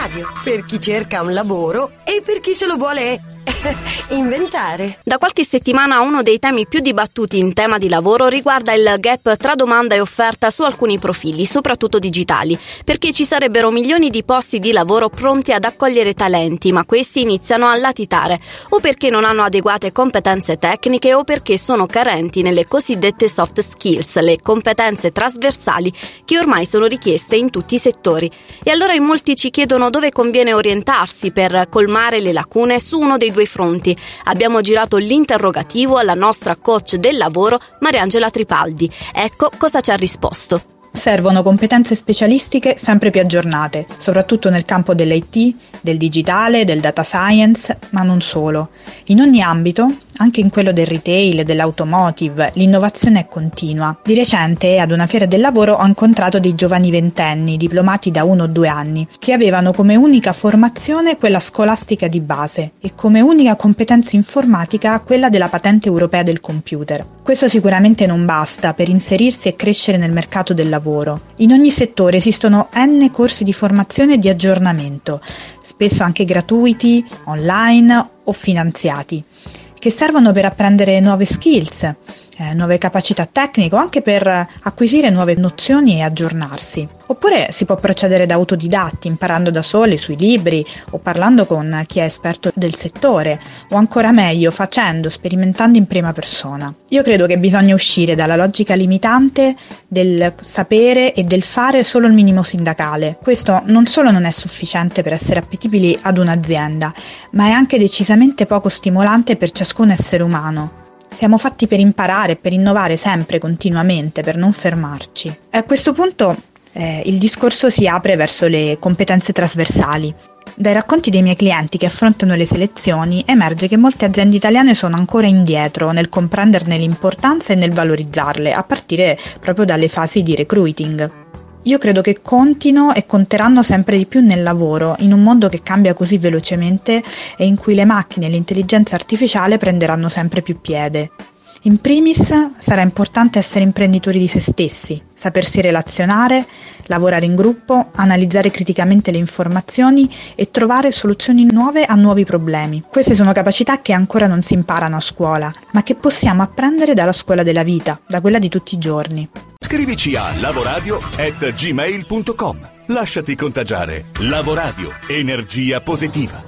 Radio, per chi cerca un lavoro e per chi se lo vuole inventare. Da qualche settimana uno dei temi più dibattuti in tema di lavoro riguarda il gap tra domanda e offerta su alcuni profili, soprattutto digitali, perché ci sarebbero milioni di posti di lavoro pronti ad accogliere talenti, ma questi iniziano a latitare, o perché non hanno adeguate competenze tecniche o perché sono carenti nelle cosiddette soft skills, le competenze trasversali che ormai sono richieste in tutti i settori. E allora in molti ci chiedono dove conviene orientarsi per colmare le lacune su uno dei due fronti. Abbiamo girato l'interrogativo alla nostra coach del lavoro, Mariangela Tripaldi. Ecco cosa ci ha risposto. Servono competenze specialistiche sempre più aggiornate, soprattutto nel campo dell'IT, del digitale, del data science, ma non solo. In ogni ambito, anche in quello del retail e dell'automotive, l'innovazione è continua. Di recente, ad una fiera del lavoro, ho incontrato dei giovani ventenni, diplomati da 1 o 2 anni, che avevano come unica formazione quella scolastica di base e come unica competenza informatica quella della patente europea del computer. Questo sicuramente non basta per inserirsi e crescere nel mercato del lavoro. In ogni settore esistono N corsi di formazione e di aggiornamento, spesso anche gratuiti, online o finanziati, che servono per apprendere nuove skills, nuove capacità tecniche o anche per acquisire nuove nozioni e aggiornarsi. Oppure si può procedere da autodidatti, imparando da soli sui libri o parlando con chi è esperto del settore, o ancora meglio facendo, sperimentando in prima persona. Io credo che bisogna uscire dalla logica limitante del sapere e del fare solo il minimo sindacale. Questo non solo non è sufficiente per essere appetibili ad un'azienda, ma è anche decisamente poco stimolante per ciascun essere umano. Siamo fatti per imparare, per innovare sempre, continuamente, per non fermarci. A questo punto il discorso si apre verso le competenze trasversali. Dai racconti dei miei clienti che affrontano le selezioni emerge che molte aziende italiane sono ancora indietro nel comprenderne l'importanza e nel valorizzarle, a partire proprio dalle fasi di recruiting. Io credo che contino e conteranno sempre di più nel lavoro, in un mondo che cambia così velocemente e in cui le macchine e l'intelligenza artificiale prenderanno sempre più piede. In primis sarà importante essere imprenditori di se stessi, sapersi relazionare, lavorare in gruppo, analizzare criticamente le informazioni e trovare soluzioni nuove a nuovi problemi. Queste sono capacità che ancora non si imparano a scuola, ma che possiamo apprendere dalla scuola della vita, da quella di tutti i giorni. Scrivici a lavoradio@gmail.com. Lasciati contagiare. Lavoradio, energia positiva.